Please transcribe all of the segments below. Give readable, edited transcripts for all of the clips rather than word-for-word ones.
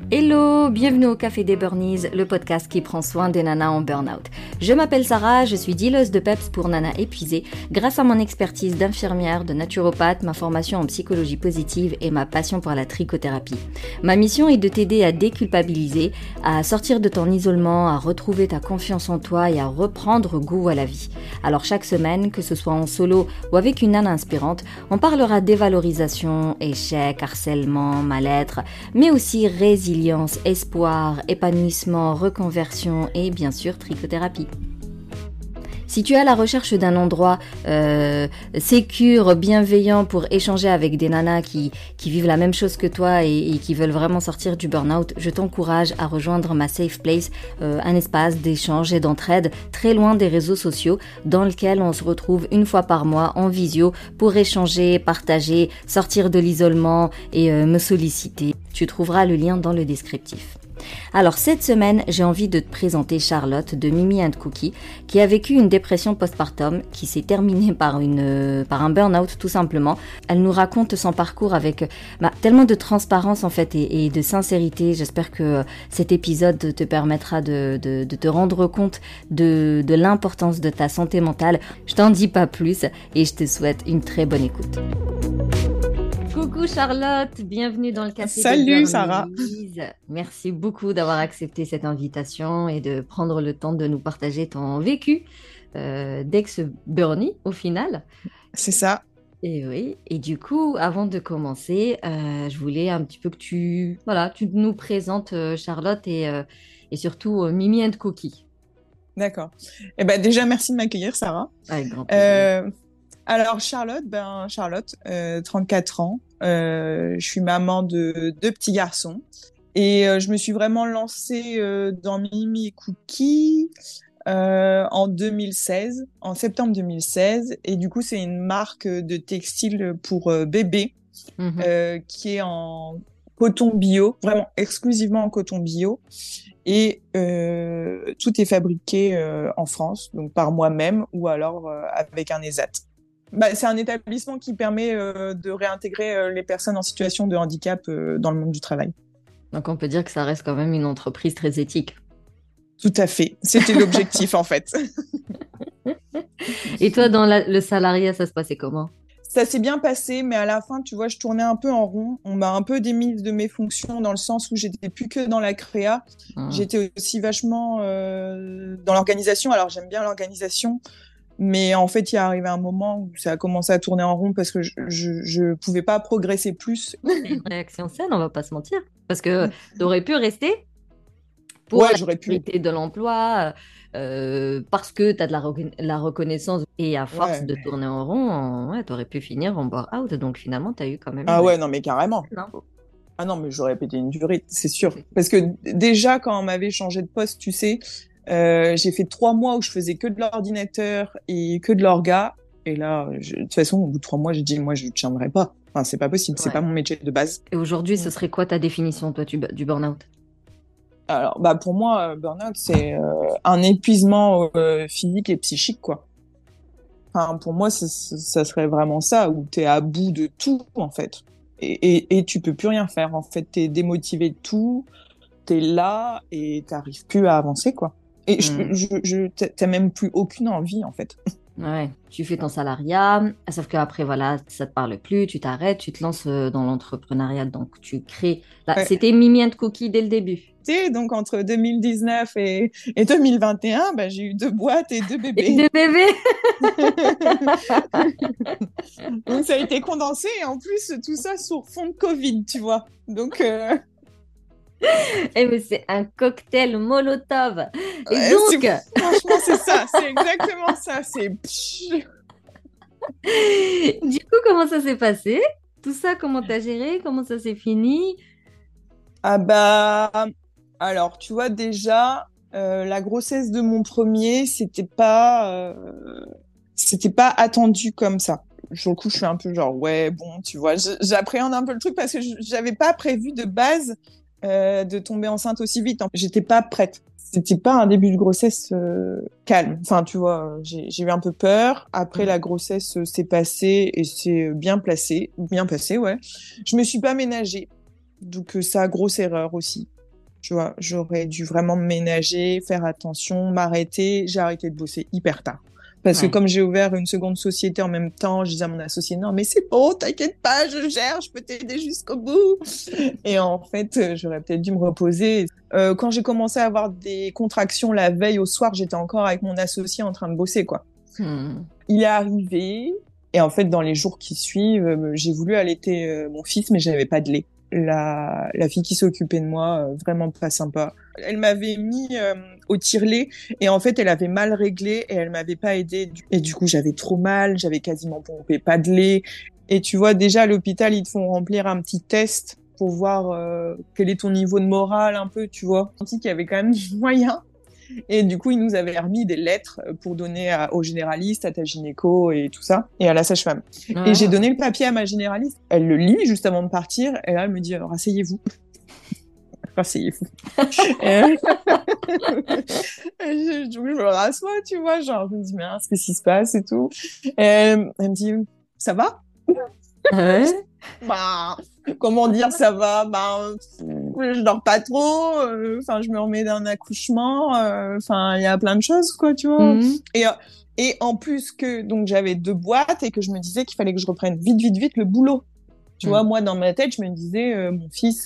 Hello, bienvenue au Café des Burnies, le podcast qui prend soin des nanas en burn-out. Je m'appelle Sarah, je suis dealeuse de peps pour nanas épuisées grâce à mon expertise d'infirmière, de naturopathe, ma formation en psychologie positive et ma passion pour la trichothérapie. Ma mission est de t'aider à déculpabiliser, à sortir de ton isolement, à retrouver ta confiance en toi et à reprendre goût à la vie. Alors chaque semaine, que ce soit en solo ou avec une nana inspirante, on parlera dévalorisation, échec, harcèlement, mal-être, mais aussi résilience, espoir, épanouissement, reconversion et bien sûr trichothérapie. Si tu es à la recherche d'un endroit sécure, bienveillant pour échanger avec des nanas qui vivent la même chose que toi et qui veulent vraiment sortir du burn-out, je t'encourage à rejoindre ma Safe Place, un espace d'échange et d'entraide très loin des réseaux sociaux dans lequel on se retrouve une fois par mois en visio pour échanger, partager, sortir de l'isolement et me solliciter. Tu trouveras le lien dans le descriptif. Alors cette semaine, j'ai envie de te présenter Charlotte de Mimi and Cookie qui a vécu une dépression postpartum qui s'est terminée par un burn-out tout simplement. Elle nous raconte son parcours avec tellement de transparence en fait et de sincérité. J'espère que cet épisode te permettra de te rendre compte de l'importance de ta santé mentale. Je t'en dis pas plus et je te souhaite une très bonne écoute. Coucou Charlotte, bienvenue dans le Café. Salut Sarah. Merci beaucoup d'avoir accepté cette invitation et de prendre le temps de nous partager ton vécu d'ex-burnie au final. C'est ça. Et oui, et du coup, avant de commencer, je voulais un petit peu que tu nous présentes Charlotte et surtout Mimi and Cookie. D'accord. Eh ben déjà, merci de m'accueillir Sarah. Avec grand plaisir. Alors Charlotte, 34 ans. Je suis maman de 2 petits garçons. Et je me suis vraiment lancée dans Mimi et Cookie en 2016, en septembre 2016. Et du coup, c'est une marque de textile pour bébés qui est en coton bio, vraiment exclusivement en coton bio. Et tout est fabriqué en France, donc par moi-même ou alors avec un ESAT. C'est un établissement qui permet de réintégrer les personnes en situation de handicap dans le monde du travail. Donc on peut dire que ça reste quand même une entreprise très éthique. Tout à fait, c'était l'objectif en fait. Et toi, dans le salariat, ça se passait comment ? Ça s'est bien passé, mais à la fin, tu vois, je tournais un peu en rond. On m'a un peu démise de mes fonctions dans le sens où j'étais plus que dans la créa. J'étais aussi vachement dans l'organisation. Alors j'aime bien l'organisation. Mais en fait, il est arrivé un moment où ça a commencé à tourner en rond parce que je pouvais pas progresser plus. C'est une réaction saine, on va pas se mentir. Parce que tu aurais pu rester pour la sécurité de l'emploi, parce que tu as de la reconnaissance. Et à force de tourner en rond, tu aurais pu finir en burn-out. Donc finalement, tu as eu quand même... Ah ouais, non, mais carrément. Ah non, mais j'aurais pété une durée, c'est sûr. Parce que déjà, quand on m'avait changé de poste, tu sais... j'ai fait 3 mois où je faisais que de l'ordinateur et que de l'orga. Et là, de toute façon, au bout de 3 mois, j'ai dit, moi, je ne tiendrai pas. Enfin, c'est pas possible, c'est pas mon métier de base. Et aujourd'hui, ce serait quoi ta définition, toi, du burn-out ? Alors, pour moi, burn-out, c'est un épuisement physique et psychique, quoi. Enfin, pour moi, ça serait vraiment ça, où t'es à bout de tout, en fait. Et tu peux plus rien faire, en fait. T'es démotivé de tout, t'es là et t'arrives plus à avancer, quoi. Et t'as même plus aucune envie, en fait. Ouais, tu fais ton salariat, sauf qu'après, voilà, ça te parle plus, tu t'arrêtes, tu te lances dans l'entrepreneuriat, donc tu crées... Là, c'était Mimi and Cookie dès le début. Tu sais, donc entre 2019 et 2021, j'ai eu 2 boîtes et 2 bébés. Et 2 bébés. Donc ça a été condensé, et en plus, tout ça sur fond de Covid, tu vois. Donc... mais c'est un cocktail Molotov. Et donc... Franchement, c'est ça. C'est exactement ça. Du coup, comment ça s'est passé ? Tout ça, comment t'as géré ? Comment ça s'est fini ? Alors, tu vois, déjà, la grossesse de mon premier, c'était pas attendu comme ça. Sur le coup, je suis un peu genre, ouais, bon, tu vois, j'appréhende un peu le truc parce que j'avais pas prévu de base de tomber enceinte aussi vite. J'étais pas prête. C'était pas un début de grossesse calme. Enfin, tu vois, j'ai eu un peu peur. Après, la grossesse s'est passée et c'est bien passé, ouais. Je me suis pas ménagée. Donc, ça, grosse erreur aussi. Tu vois, j'aurais dû vraiment me ménager, faire attention, m'arrêter. J'ai arrêté de bosser hyper tard. Parce que Ouais. comme j'ai ouvert une seconde société en même temps, je disais à mon associé, non, mais c'est bon, t'inquiète pas, je gère, je peux t'aider jusqu'au bout. Et en fait, j'aurais peut-être dû me reposer. Quand j'ai commencé à avoir des contractions la veille au soir, j'étais encore avec mon associé en train de bosser, quoi. Hmm. Il est arrivé, et en fait, dans les jours qui suivent, j'ai voulu allaiter mon fils, mais j'avais pas de lait. La fille qui s'occupait de moi, vraiment pas sympa. Elle m'avait mis au tire-lait, et en fait, elle avait mal réglé, et elle m'avait pas aidé. Et du coup, j'avais trop mal, j'avais quasiment pompé pas de lait. Et tu vois, déjà, à l'hôpital, ils te font remplir un petit test pour voir quel est ton niveau de morale, un peu, tu vois. Je sentis qu'il y avait quand même du moyen. Et du coup, il nous avait remis des lettres pour donner au généraliste, à ta gynéco et tout ça, et à la sage-femme. Et j'ai Ouais. donné le papier à ma généraliste. Elle le lit juste avant de partir, et là, elle me dit, rasseyez-vous. Rasseyez-vous. Et je me rassois, tu vois, genre, je me dis, mais qu'est-ce qui se passe et tout. Et elle me dit, ça va? Ouais. Bah, comment dire, ça va? Bah, je dors pas trop. Enfin, je me remets d'un accouchement. Enfin, il y a plein de choses, quoi, tu vois. Hmm. Et euh, et en plus que donc j'avais 2 boîtes et que je me disais qu'il fallait que je reprenne vite, vite, vite le boulot. Tu Hmm. vois, moi dans ma tête, je me disais, mon fils,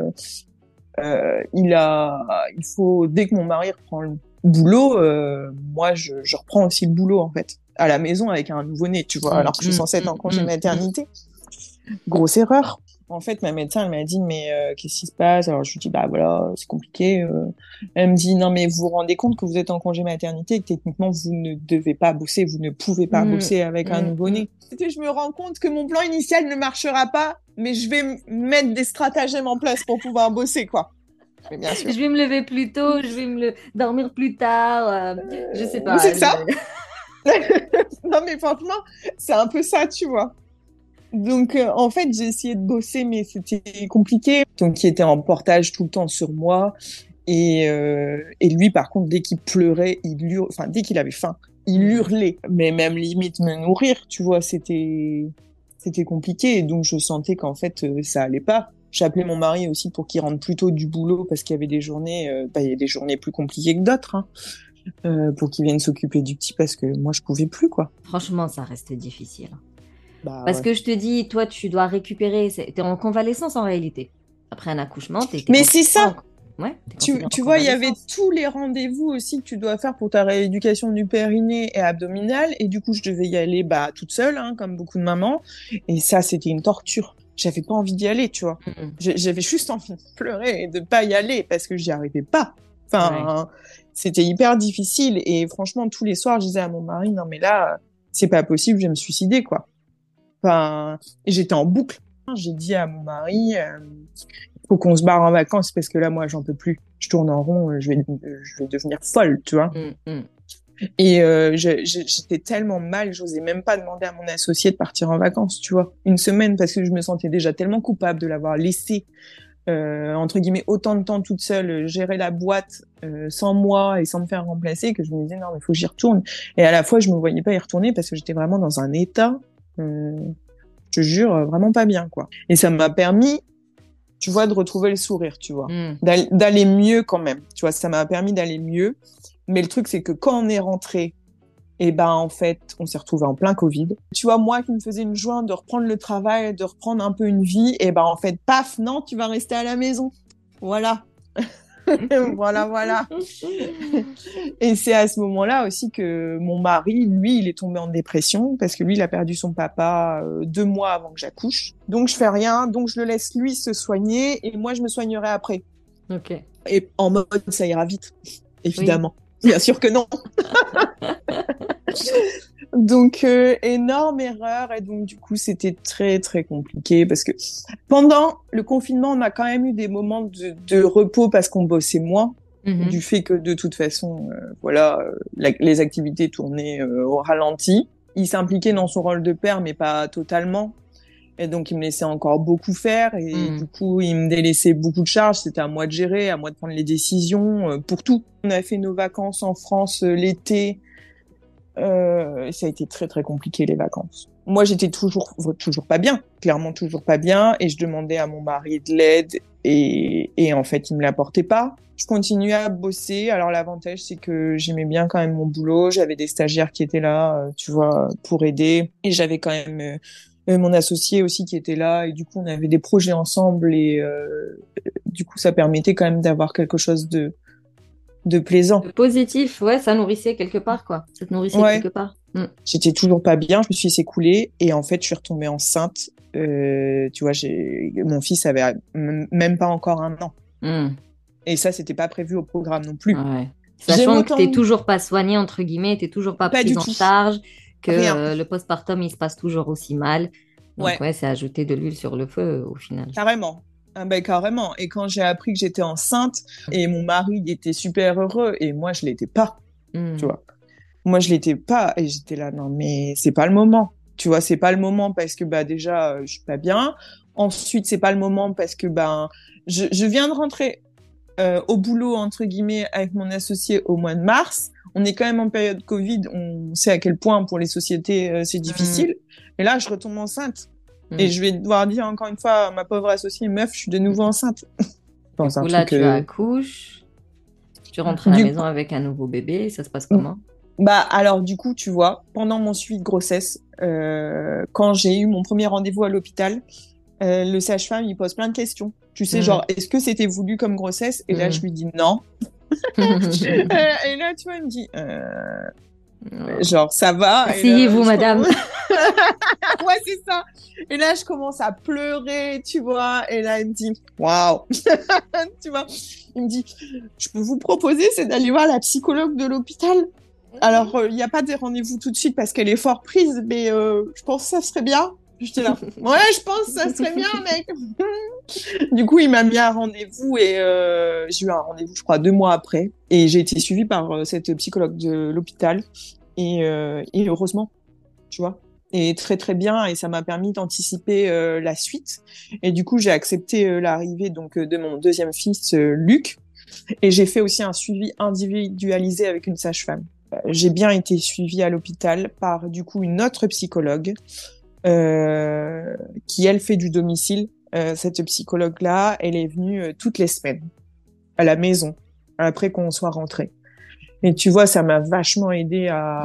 il faut dès que mon mari reprend le boulot, moi je reprends aussi le boulot en fait à la maison avec un nouveau-né, tu vois, Hmm. alors que je suis censée être en congé Hmm. maternité. Grosse erreur. En fait, ma médecin, elle m'a dit, mais qu'est-ce qui se passe? Alors, je lui dis, bah voilà, c'est compliqué. Elle me dit, non, mais vous vous rendez compte que vous êtes en congé maternité et que techniquement, vous ne devez pas bosser, vous ne pouvez pas Hmm. bosser avec un Hmm. Hmm. nouveau-né. Je me rends compte que mon plan initial ne marchera pas, mais je vais mettre des stratagèmes en place pour pouvoir bosser, quoi. Mais bien sûr. Je vais me lever plus tôt, je vais dormir plus tard. Je sais pas. C'est ça. Non, mais franchement, c'est un peu ça, tu vois. Donc, en fait, j'ai essayé de bosser, mais c'était compliqué. Donc, il était en portage tout le temps sur moi. Et lui, par contre, dès qu'il pleurait, enfin, dès qu'il avait faim, il Hmm. hurlait. Mais même limite me nourrir, tu vois, c'était compliqué. Et donc, je sentais qu'en fait, ça allait pas. J'appelais mon mari aussi pour qu'il rentre plus tôt du boulot parce qu'il y avait des journées, il y a des journées plus compliquées que d'autres, hein, pour qu'il vienne s'occuper du petit parce que moi, je pouvais plus, quoi. Franchement, ça reste difficile. Bah Parce ouais. que je te dis, toi, tu dois récupérer. T'es en convalescence en réalité. Après un accouchement, t'es Mais c'est considéré ça. ouais, t'es Tu, considéré en tu vois, il y avait convalescence. tous les rendez-vous aussi que tu dois faire pour ta rééducation du périnée et abdominal. Et du coup, je devais y aller bah, toute seule, hein, comme beaucoup de mamans. Et ça, c'était une torture. J'avais pas envie d'y aller, tu vois. Mm. J'avais juste envie de pleurer et de pas y aller parce que j'y arrivais pas. Ouais. Enfin, c'était hyper difficile. Et franchement, tous les soirs, je disais à mon mari, non, mais là, c'est pas possible, je vais me suicider, quoi. Enfin, et j'étais en boucle. J'ai dit à mon mari, faut qu'on se barre en vacances parce que là, moi, j'en peux plus. Je tourne en rond, je vais devenir folle, tu vois. Mm, mm. Et j'étais tellement mal, j'osais même pas demander à mon associé de partir en vacances, tu vois. Une semaine parce que je me sentais déjà tellement coupable de l'avoir laissé, entre guillemets, autant de temps toute seule, gérer la boîte sans moi et sans me faire remplacer, que je me disais non, mais faut que j'y retourne. Et à la fois, je me voyais pas y retourner parce que j'étais vraiment dans un état, je te jure, vraiment pas bien, quoi. Et ça m'a permis, tu vois, de retrouver le sourire, tu vois, Mm. d'aller mieux quand même. Tu vois, ça m'a permis d'aller mieux. Mais le truc, c'est que quand on est rentré, et ben en fait, on s'est retrouvé en plein Covid. Tu vois, moi qui me faisais une joie de reprendre le travail, de reprendre un peu une vie, et ben en fait, paf, non, tu vas rester à la maison. Voilà. Voilà, voilà. Et c'est à ce moment-là aussi que mon mari, lui, il est tombé en dépression parce que lui, il a perdu son papa 2 mois avant que j'accouche. Donc, je fais rien. Donc, je le laisse lui se soigner et moi, je me soignerai après. Ok. Et en mode, ça ira vite, Oui. évidemment. Bien sûr que non. Donc, énorme erreur. Et donc, du coup, c'était très, très compliqué parce que pendant le confinement, on a quand même eu des moments de repos parce qu'on bossait moins. Mhm. Du fait que de toute façon, voilà, les activités tournaient au ralenti. Il s'impliquait dans son rôle de père, mais pas totalement. Et donc, il me laissait encore beaucoup faire. Et Mm. du coup, il me délaissait beaucoup de charges. C'était à moi de gérer, à moi de prendre les décisions pour tout. On a fait nos vacances en France l'été. Ça a été très, très compliqué, les vacances. Moi, j'étais toujours pas bien. Clairement, toujours pas bien. Et je demandais à mon mari de l'aide. et en fait, il me l'apportait pas. Je continuais à bosser. Alors, l'avantage, c'est que j'aimais bien quand même mon boulot. J'avais des stagiaires qui étaient là, tu vois, pour aider. Et j'avais quand même mon associé aussi qui était là. Et du coup, on avait des projets ensemble. Et du coup, ça permettait quand même d'avoir quelque chose de plaisant. Le positif, ouais, ça nourrissait quelque part, quoi. Ça te nourrissait Ouais. quelque part. J'étais toujours pas bien. Je me suis laissée couler. Et en fait, je suis retombée enceinte. Tu vois, mon fils avait même pas encore 1 an. Et ça, c'était pas prévu au programme non plus. Ouais. Sachant que t'es toujours pas soignée, entre guillemets, t'es toujours pas prise en charge, que le postpartum, il se passe toujours aussi mal. Donc ouais, c'est ajouter de l'huile sur le feu, au final. Carrément. Ah ben, carrément. Et quand j'ai appris que j'étais enceinte, et mon mari, il était super heureux, et moi, je l'étais pas. Tu vois. Moi, je l'étais pas, et j'étais là, non, mais c'est pas le moment. Tu vois, c'est pas le moment parce que, bah, déjà, je suis pas bien. Ensuite, c'est pas le moment parce que, ben, je viens de rentrer au boulot, entre guillemets, avec mon associé au mois de mars. On est quand même en période Covid. On sait à quel point, pour les sociétés, c'est difficile. Et là, je retombe enceinte. Et je vais devoir dire encore une fois à ma pauvre associée, meuf, je suis de nouveau enceinte. Du coup, là, tu accouches, tu rentres à la maison avec un nouveau bébé, ça se passe comment? Bah, alors, du coup, tu vois, pendant mon suivi de grossesse, quand j'ai eu mon premier rendez-vous à l'hôpital, le sage-femme, il pose plein de questions. Tu sais, genre, est-ce que c'était voulu comme grossesse? Et là, je lui dis non. Et là, tu vois, il me dit, genre, ça va. Asseyez-vous, madame. Ouais, c'est ça. Et là, je commence à pleurer, tu vois. Et là, il me dit, waouh. Tu vois, il me dit, je peux vous proposer, c'est d'aller voir la psychologue de l'hôpital. Alors, il n'y a pas des rendez-vous tout de suite parce qu'elle est fort prise, mais je pense que ça serait bien. J'étais là, ouais, je pense que ça serait bien, mec. Du coup, il m'a mis un rendez-vous et j'ai eu un rendez-vous, je crois, 2 mois après. Et j'ai été suivie par cette psychologue de l'hôpital. Et heureusement, tu vois. Et très, très bien. Et ça m'a permis d'anticiper la suite. Et du coup, j'ai accepté l'arrivée donc de mon deuxième fils, Luc. Et j'ai fait aussi un suivi individualisé avec une sage-femme. J'ai bien été suivie à l'hôpital par, du coup, une autre psychologue qui, elle, fait du domicile. Cette psychologue-là, elle est venue toutes les semaines à la maison, après qu'on soit rentré. Et tu vois, ça m'a vachement aidé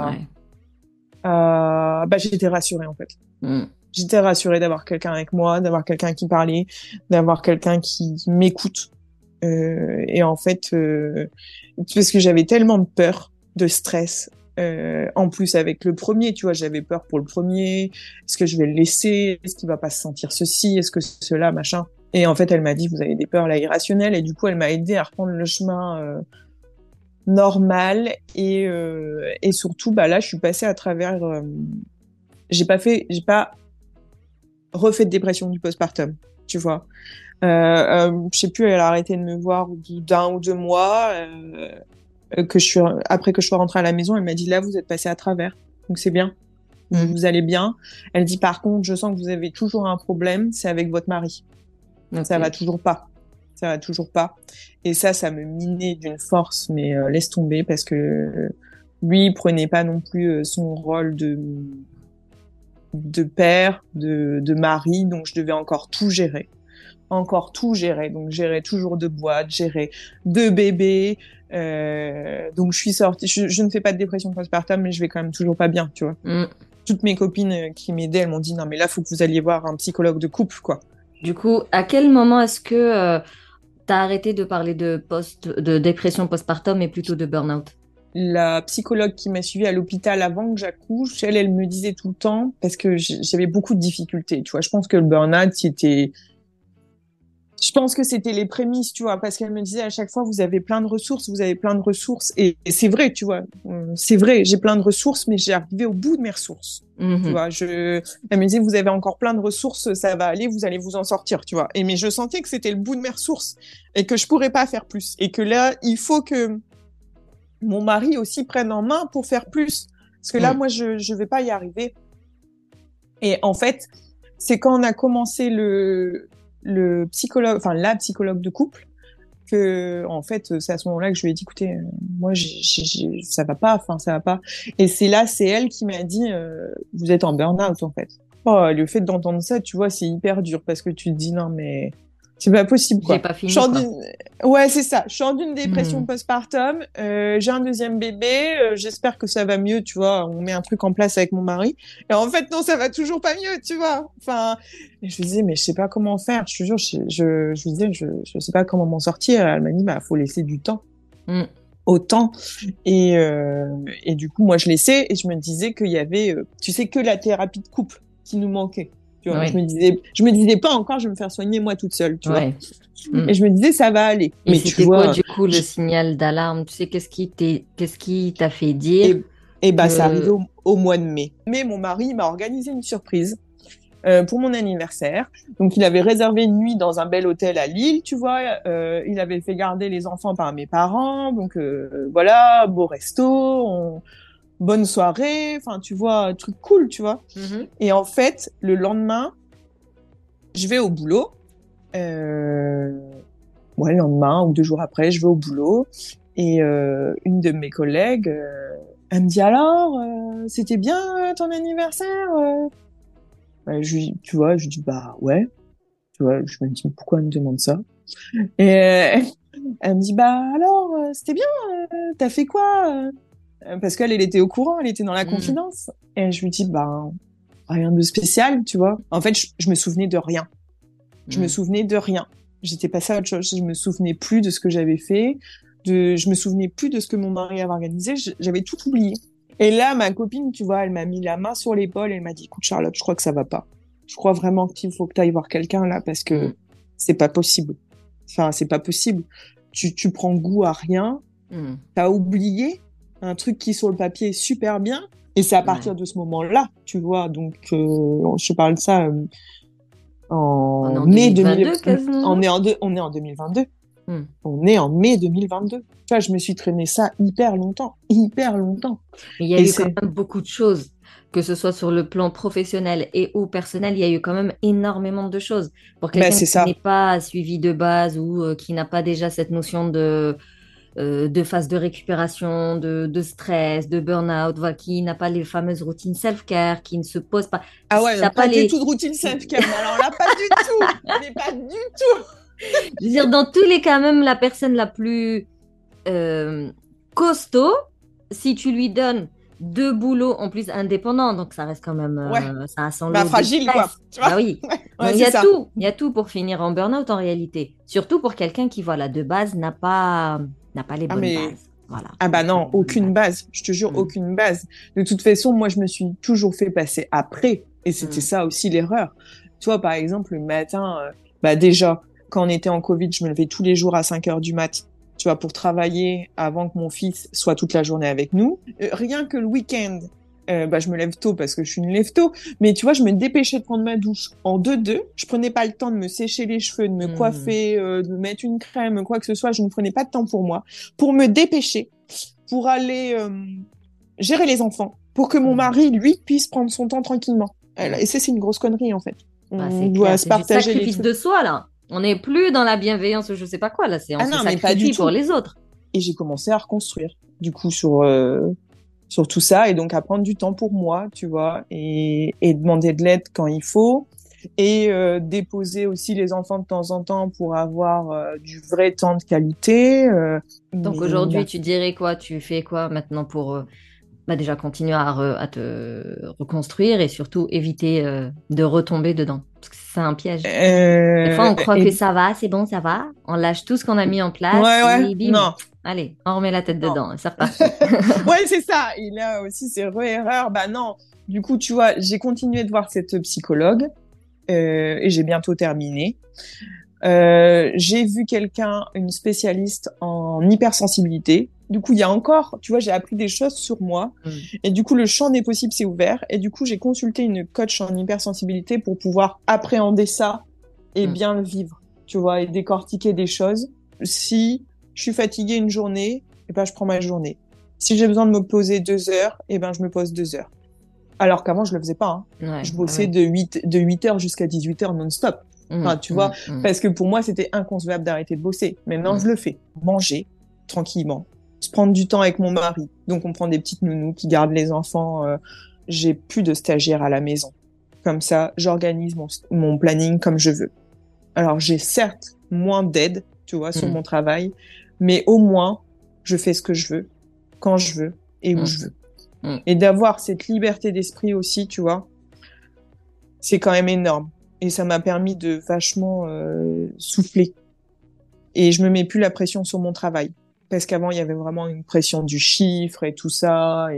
Bah, j'étais rassurée, en fait. J'étais rassurée d'avoir quelqu'un avec moi, d'avoir quelqu'un qui parlait, d'avoir quelqu'un qui m'écoute. Et en fait, parce que j'avais tellement de peur, de stress, en plus avec le premier, tu vois, j'avais peur pour le premier. Est-ce que je vais le laisser? Est-ce qu'il va pas se sentir ceci? Est-ce que cela, machin? Et en fait, elle m'a dit, vous avez des peurs là irrationnelles. Et du coup, elle m'a aidé à reprendre le chemin normal. Et surtout, bah là, je suis passée à travers. J'ai pas refait de dépression du postpartum, tu vois. Je sais plus, elle a arrêté de me voir au bout d'1 ou 2 mois. Après que je sois rentrée à la maison, elle m'a dit là, vous êtes passé à travers, donc c'est bien, vous allez bien. Elle dit par contre, je sens que vous avez toujours un problème, c'est avec votre mari. Okay. Ça va toujours pas. Et ça me minait d'une force, mais laisse tomber parce que lui, il prenait pas non plus son rôle de père, de mari, donc je devais encore tout gérer. Donc gérer toujours 2 boîtes, gérer 2 bébés. Donc je suis sortie. Je ne fais pas de dépression postpartum, mais je vais quand même toujours pas bien, tu vois. Toutes mes copines qui m'aidaient, elles m'ont dit non mais là faut que vous alliez voir un psychologue de couple, quoi. Du coup, à quel moment est-ce que t'as arrêté de parler de dépression postpartum et plutôt de burn-out? La psychologue qui m'a suivie à l'hôpital avant que j'accouche, elle me disait tout le temps, parce que j'avais beaucoup de difficultés, tu vois. Je pense que le burn-out, je pense que c'était les prémices, tu vois, parce qu'elle me disait à chaque fois, vous avez plein de ressources, et c'est vrai, tu vois, c'est vrai, j'ai plein de ressources, mais j'ai arrivé au bout de mes ressources, tu vois, elle me disait, vous avez encore plein de ressources, ça va aller, vous allez vous en sortir, tu vois, mais je sentais que c'était le bout de mes ressources, et que je pourrais pas faire plus, et que là, il faut que mon mari aussi prenne en main pour faire plus, parce que là, moi, je vais pas y arriver, et en fait, c'est quand on a commencé la psychologue de couple, que en fait c'est à ce moment-là que je lui ai dit écoutez, moi ça va pas. Et c'est elle qui m'a dit vous êtes en burn-out en fait. Oh, le fait d'entendre ça, tu vois, c'est hyper dur parce que tu te dis non mais C'est pas possible, quoi. J'ai pas fini, Je sors quoi. Ouais, c'est ça. Je sors d'une dépression Mhm. postpartum. J'ai un deuxième bébé. J'espère que ça va mieux, tu vois. On met un truc en place avec mon mari. Et en fait, non, ça va toujours pas mieux, tu vois. Enfin, et je lui disais, mais je sais pas comment faire. Je te jure, je lui disais, je sais pas comment m'en sortir. Elle m'a dit, bah, faut laisser du temps Mm. au temps. Et du coup, moi, je laissais et je me disais qu'il y avait, tu sais, que la thérapie de couple qui nous manquait. Tu vois, Oui, je me disais pas encore, je vais me faire soigner moi toute seule, tu vois. ouais. Mm. Et je me disais, ça va aller. Et Mais tu c'était quoi, vois, du coup, le je- signal d'alarme? Tu sais, qu'est-ce qui t'a fait dire et, et bah, ça arrivait que... au mois de mai. Mais mon mari m'a organisé une surprise pour mon anniversaire. Donc, il avait réservé une nuit dans un bel hôtel à Lille, tu vois. Il avait fait garder les enfants par mes parents. Donc, voilà, beau resto, bonne soirée. Enfin, tu vois, truc cool, tu vois. Mhm. Et en fait, le lendemain, je vais au boulot. Euh, ouais, le lendemain ou 2 jours après, je vais au boulot. Et une de mes collègues, elle me dit alors, c'était bien ton anniversaire tu vois, je lui dis bah ouais. Tu vois, je me dis pourquoi elle me demande ça. Et elle me dit bah alors, c'était bien. T'as fait quoi parce qu'elle, elle était au courant, elle était dans la Mm. confidence. Et je lui dis bah rien de spécial, tu vois. En fait, je me souvenais de rien. Je me Mm. souvenais de rien. J'étais passée à autre chose. Je me souvenais plus de ce que j'avais fait. Je me souvenais plus de ce que mon mari avait organisé. J'avais tout oublié. Et là, ma copine, tu vois, elle m'a mis la main sur l'épaule. Elle m'a dit, écoute, Charlotte, je crois que ça va pas. Je crois vraiment qu'il faut que tu ailles voir quelqu'un là parce que Mm. c'est pas possible. Enfin, c'est pas possible. Tu prends goût à rien. Mm. T'as oublié un truc qui sur le papier est super bien. Et c'est à Ouais. partir de ce moment-là, tu vois. Donc, je parle de ça On est en en mai 2000, 2022 quasiment, non? on est en 2022. Mm. On est en mai 2022. Tu vois, je me suis traîné ça hyper longtemps, hyper longtemps. Mais il y a Et eu quand c'est, même beaucoup de choses, que ce soit sur le plan professionnel et ou personnel, il y a eu quand même énormément de choses. Pour ben quelqu'un c'est qui n'est ça. pas suivi de base ou qui n'a pas déjà cette notion de phase de récupération, de stress, de burn-out, voilà, qui n'a pas les fameuses routines self-care, qui ne se pose pas, Ah qui ouais, n'a donc pas pas du les... tout de routine self-care. Mais alors là, pas du tout. Mais pas du tout. Je veux dire, dans tous les cas, même la personne la plus euh, costaud, si tu lui donnes deux boulots en plus indépendants, donc ça reste quand même, Ouais. ça a son Bah lot de fragile, quoi. stress. Tu vois? Bah oui. Ouais, Donc ouais, c'est ça. il y a tout pour finir en burn-out en réalité. Surtout pour quelqu'un qui, voilà, de base n'a pas les Ah bonnes mais bases. Voilà, ah n'a bah pas non, les bonnes aucune bases. base. Je te jure, Mm. aucune base. De toute façon, moi, je me suis toujours fait passer après. Et c'était Mm. ça aussi l'erreur. Tu vois, par exemple, le matin, bah déjà, quand on était en Covid, je me levais tous les jours à 5 heures du mat, tu vois, pour travailler avant que mon fils soit toute la journée avec nous. Rien que le week-end, bah, je me lève tôt parce que je suis une lève-tôt. Mais tu vois, je me dépêchais de prendre ma douche en 2-2. Je prenais pas le temps de me sécher les cheveux, de me Mm. coiffer, de me mettre une crème, quoi que ce soit. Je ne prenais pas de temps pour moi, pour me dépêcher, pour aller gérer les enfants, pour que mon Mm. mari, lui, puisse prendre son temps tranquillement. Mm. Et ça, c'est une grosse connerie, en fait. Bah, On c'est doit clair, se c'est du partager les sacrifice trucs. de soi là. On n'est plus dans la bienveillance ou je sais pas quoi là, c'est on Ah se non, mais pas du sacrifie pour tout. les autres. Et j'ai commencé à reconstruire, du coup, sur tout ça, et donc à prendre du temps pour moi, tu vois, et demander de l'aide quand il faut, et déposer aussi les enfants de temps en temps pour avoir du vrai temps de qualité. Donc Mais il aujourd'hui, a... tu dirais quoi? Tu fais quoi maintenant pour bah, déjà continuer à te reconstruire et surtout éviter de retomber dedans? Parce que c'est un piège. Des fois, on croit que et... ça va, c'est bon, ça va. On lâche tout ce qu'on a mis en place Ouais, ouais, et bim, non, allez, on remet la tête non. dedans. C'est reparti. Ouais, c'est ça. Il a aussi ses erreurs. Bah non. Du coup, tu vois, j'ai continué de voir cette psychologue et j'ai bientôt terminé. J'ai vu quelqu'un, une spécialiste en hypersensibilité. Du coup, il y a encore, tu vois, j'ai appris des choses sur moi. Mm. Et du coup, le champ des possibles s'est ouvert. Et du coup, j'ai consulté une coach en hypersensibilité pour pouvoir appréhender ça et Mm. bien le vivre, tu vois, et décortiquer des choses. Si je suis fatiguée une journée, eh ben, je prends ma journée. Si j'ai besoin de me poser 2 heures, eh ben, je me pose 2 heures. Alors qu'avant, je le faisais pas, hein. Ouais, Je bah bossais ouais. de 8 heures jusqu'à 18 heures non-stop. Mm, Enfin, tu vois, mm, mm, parce que pour moi, c'était inconcevable d'arrêter de bosser. Maintenant, mm. je le fais. Manger, tranquillement. Se prendre du temps avec mon mari. Donc, on prend des petites nounous qui gardent les enfants. J'ai plus de stagiaires à la maison. Comme ça, j'organise mon planning comme je veux. Alors, j'ai certes moins d'aide, tu vois, sur mon travail. Mais au moins, je fais ce que je veux, quand je veux et où je veux. Et d'avoir cette liberté d'esprit aussi, tu vois, c'est quand même énorme. Et ça m'a permis de vachement souffler. Et je me mets plus la pression sur mon travail. Parce qu'avant, il y avait vraiment une pression du chiffre et tout ça.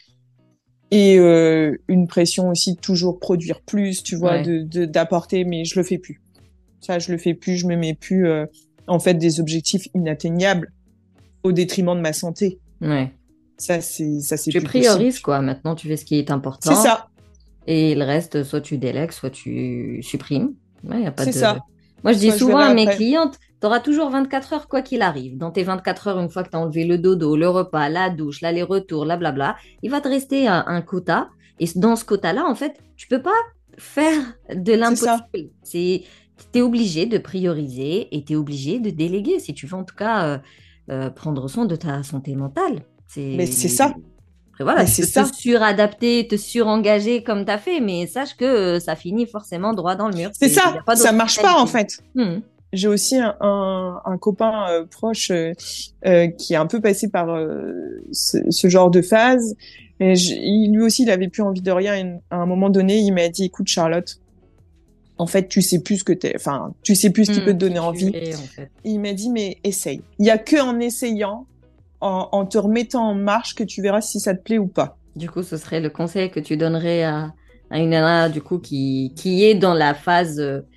Et une pression aussi de toujours produire plus, tu vois, d'apporter. Mais je le fais plus. Ça, je le fais plus. Je me mets plus, en fait, des objectifs inatteignables au détriment de ma santé. Ouais. Ça, c'est tu plus priorises, possible. quoi. Maintenant, tu fais ce qui est important. C'est ça. Et le reste, soit tu délègues, soit tu supprimes. Ouais, y a pas C'est de... ça. Moi, je dis Soit je souvent verrai à mes après. clientes, tu auras toujours 24 heures quoi qu'il arrive. Dans tes 24 heures, une fois que tu as enlevé le dodo, le repas, la douche, l'aller-retour, la blabla, il va te rester un quota. Et dans ce quota-là, en fait, tu peux pas faire de C'est ça. l'impossible. Tu es obligé de prioriser et tu es obligé de déléguer si tu veux en tout cas prendre soin de ta santé mentale. Mais c'est ça. Après, voilà, Mais tu c'est peux te ça. suradapter, te surengager comme tu as fait, mais sache que ça finit forcément droit dans le mur. C'est Il n'y ça. a pas Ça d'autre marche pas, en finalité. fait. J'ai aussi un copain proche qui est un peu passé par ce genre de phase. Et lui aussi, il avait plus envie de rien. Et à un moment donné, il m'a dit, écoute, Charlotte, en fait, tu sais plus ce que tu sais plus ce qui peut te donner Qui tu envie. es, en fait. Et il m'a dit, mais essaye. Il y a que en essayant, en te remettant en marche, que tu verras si ça te plaît ou pas. Du coup, ce serait le conseil que tu donnerais à une nana du coup qui est dans la phase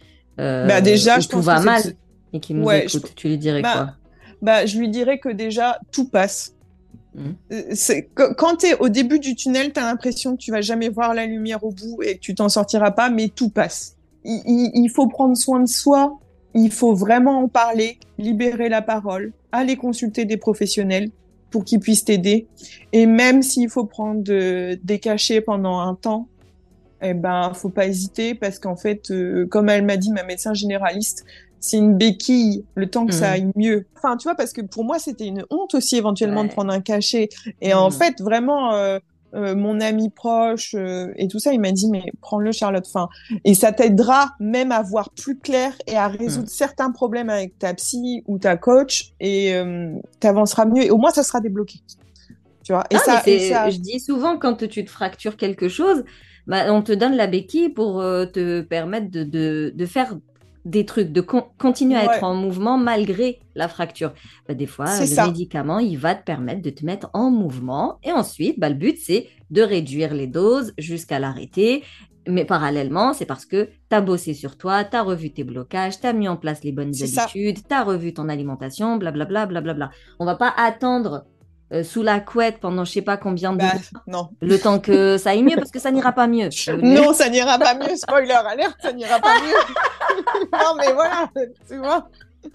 Déjà, où je tout pense que va mal et qui nous ouais, écoute. Tu lui dirais quoi? je lui dirais que déjà, tout passe. Hmm. Quand tu es au début du tunnel, tu as l'impression que tu vas jamais voir la lumière au bout et que tu t'en sortiras pas, mais tout passe. Il faut prendre soin de soi, il faut vraiment en parler, libérer la parole, aller consulter des professionnels pour qu'ils puissent t'aider. Et même s'il faut prendre des cachets pendant un temps, eh ben, faut pas hésiter parce qu'en fait, comme elle m'a dit, ma médecin généraliste, c'est une béquille le temps que ça aille mieux. Enfin, tu vois, parce que pour moi, c'était une honte aussi éventuellement de prendre un cachet. Et en fait, vraiment, mon ami proche et tout ça, il m'a dit, mais prends-le, Charlotte. Enfin, et ça t'aidera même à voir plus clair et à résoudre certains problèmes avec ta psy ou ta coach et t'avanceras mieux. Et au moins, ça sera débloqué. Tu vois. Je dis souvent quand tu te fractures quelque chose, on te donne la béquille pour te permettre de faire des trucs, de continuer à être en mouvement malgré la fracture. Des fois, le médicament, il va te permettre de te mettre en mouvement et ensuite, le but, c'est de réduire les doses jusqu'à l'arrêter. Mais parallèlement, c'est parce que tu as bossé sur toi, tu as revu tes blocages, tu as mis en place les bonnes habitudes, tu as revu ton alimentation, blablabla, blablabla. On va pas attendre sous la couette pendant je sais pas combien de mois, non. le temps que ça aille mieux, parce que ça n'ira pas mieux. Non, ça n'ira pas mieux. Spoiler alerte, ça n'ira pas mieux. Non, mais voilà, tu vois.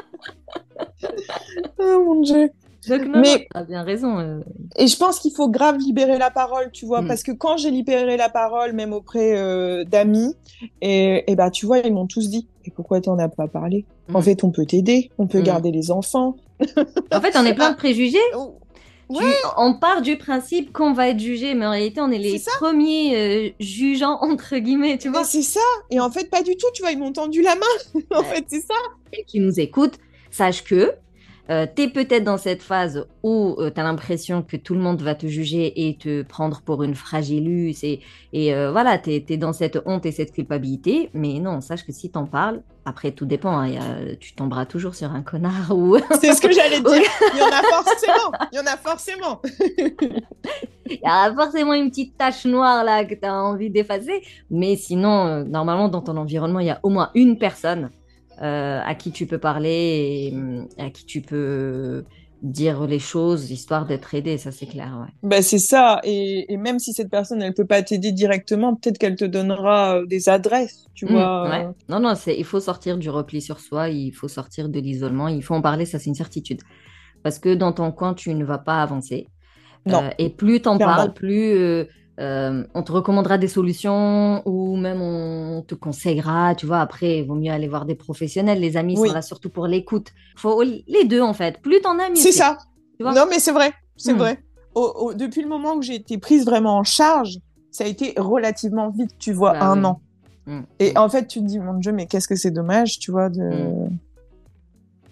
Oh mon Dieu. Donc, non, tu as bien raison. Et je pense qu'il faut grave libérer la parole, tu vois, parce que quand j'ai libéré la parole, même auprès d'amis, et bah, tu vois, ils m'ont tous dit, et pourquoi t'en as pas parlé? En fait, on peut t'aider, on peut garder les enfants. En fait, on est plein de préjugés. Ouais. On part du principe qu'on va être jugé, mais en réalité, on est les premiers jugeants, entre guillemets, tu vois. C'est ça. Et en fait, pas du tout, tu vois, ils m'ont tendu la main. En fait, c'est ça. Et qui nous écoutent, sache que tu es peut-être dans cette phase où tu as l'impression que tout le monde va te juger et te prendre pour une fragilus et voilà, tu es dans cette honte et cette culpabilité. Mais non, sache que si t'en parles, après tout dépend, hein, tu tomberas toujours sur un connard ou... C'est ce que j'allais dire. Il y en a forcément. Il y en a forcément. Il y a forcément une petite tache noire là que tu as envie d'effacer. Mais sinon, normalement, dans ton environnement, il y a au moins une personne à qui tu peux parler et à qui tu peux dire les choses, histoire d'être aidé, ça c'est clair. Ouais. Ben, c'est ça, et même si cette personne, elle peut pas t'aider directement, peut-être qu'elle te donnera des adresses, tu vois. Ouais. Non, il faut sortir du repli sur soi, il faut sortir de l'isolement, il faut en parler, ça c'est une certitude. Parce que dans ton coin, tu ne vas pas avancer. Non. Et plus t'en parles, plus... on te recommandera des solutions ou même on te conseillera, tu vois, après, il vaut mieux aller voir des professionnels, les amis sont là surtout pour l'écoute. Faut les deux, en fait. Plus t'en as, mieux c'est. Ça. Tu vois non, mais c'est vrai, c'est vrai. Depuis le moment où j'ai été prise vraiment en charge, ça a été relativement vite, tu vois, un an. Et en fait, tu te dis, mon Dieu, mais qu'est-ce que c'est dommage, tu vois,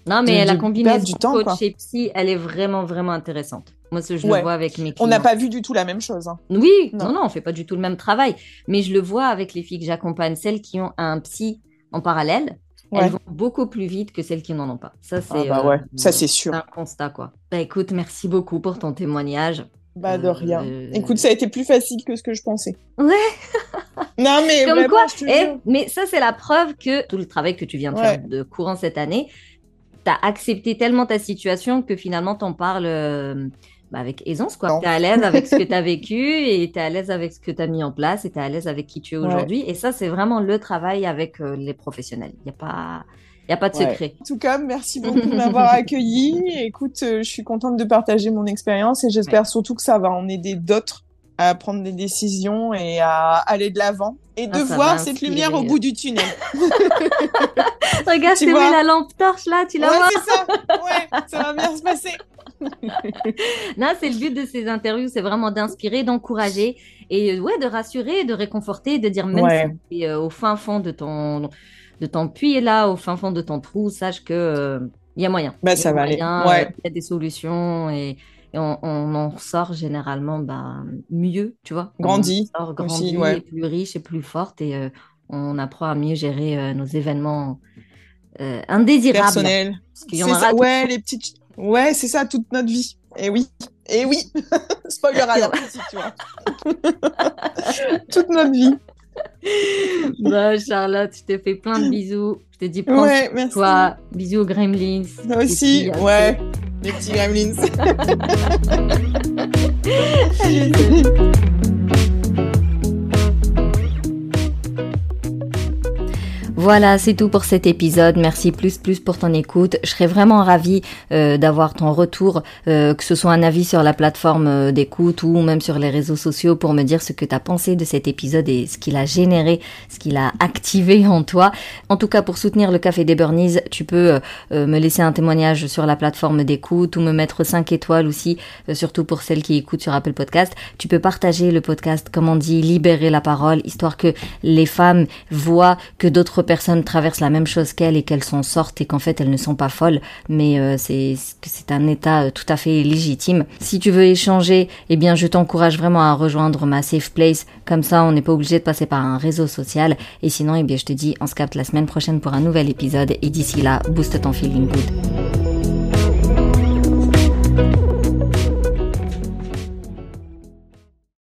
Non, mais la perdre combinaison du temps, coach quoi. et psy, elle est vraiment, vraiment intéressante. Moi, je le Ouais. vois avec mes On n'a clients. pas vu du tout la même chose. Hein. Oui, Non. non, on fait pas du tout le même travail. Mais je le vois avec les filles que j'accompagne, celles qui ont un psy en parallèle, elles Ouais. vont beaucoup plus vite que celles qui n'en ont pas. Ça, Ah c'est bah ouais, ça c'est sûr. un constat, quoi. Bah, écoute, merci beaucoup pour ton témoignage. Bah de rien. Euh, Écoute, ça a été plus facile que ce que je pensais. Ouais, Non mais comme vraiment, quoi. je te jure. Mais ça, c'est la preuve que tout le travail que tu viens de faire Ouais. de courant cette année, tu as accepté tellement ta situation que finalement, t'en parles avec aisance, quoi. Non. Tu es à l'aise avec ce que tu as vécu et tu es à l'aise avec ce que tu as mis en place et tu es à l'aise avec qui tu es Ouais. aujourd'hui. Et ça, c'est vraiment le travail avec les professionnels. Il y a pas de Ouais. secret. En tout cas, merci beaucoup de m'avoir accueilli. Écoute, je suis contente de partager mon expérience et j'espère surtout que ça va en aider d'autres à prendre des décisions et à aller de l'avant et de Ça voir va cette lumière au inspirer. bout du tunnel. Regarde, Tu je te vois mets la lampe torche là, tu la Ouais, vois? c'est ça. Ouais, ça va bien se passer. Non, c'est le but de ces interviews, c'est vraiment d'inspirer, d'encourager et de rassurer, de réconforter, de dire même si Ouais. tu es au fin fond de ton puits là, au fin fond de ton trou, sache que il y a moyen. Bah Il y a ça va aller. moyen, Ouais. il y a des solutions et on en sort généralement mieux, tu vois. On en Grandi sort aussi, grandi ouais. et plus riche et plus forte et on apprend à mieux gérer nos événements indésirables. Personnel. Parce qu'il y en C'est aura ça. Ouais, les petites. Ouais, c'est ça toute notre vie. Et oui. Et oui. Spoiler alert aussi, tu vois. Toute notre vie. Bah, Charlotte, je te fais plein de bisous. Je te dis prends Ouais, soin de merci. toi. Bisous aux Gremlins. Toi Et aussi. puis, Ouais. Les petits gremlins. allez, salut. Voilà, c'est tout pour cet épisode. Merci plus pour ton écoute. Je serais vraiment ravie d'avoir ton retour, que ce soit un avis sur la plateforme d'écoute ou même sur les réseaux sociaux pour me dire ce que tu as pensé de cet épisode et ce qu'il a généré, ce qu'il a activé en toi. En tout cas, pour soutenir le Café des Burnies, tu peux me laisser un témoignage sur la plateforme d'écoute ou me mettre 5 étoiles aussi, surtout pour celles qui écoutent sur Apple Podcast. Tu peux partager le podcast, comme on dit, libérer la parole, histoire que les femmes voient que d'autres personnes traversent la même chose qu'elles et qu'elles s'en sortent et qu'en fait elles ne sont pas folles, mais c'est un état tout à fait légitime. Si tu veux échanger, eh bien je t'encourage vraiment à rejoindre ma safe place, comme ça on n'est pas obligé de passer par un réseau social et sinon eh bien je te dis on se capte la semaine prochaine pour un nouvel épisode et d'ici là booste ton feeling good.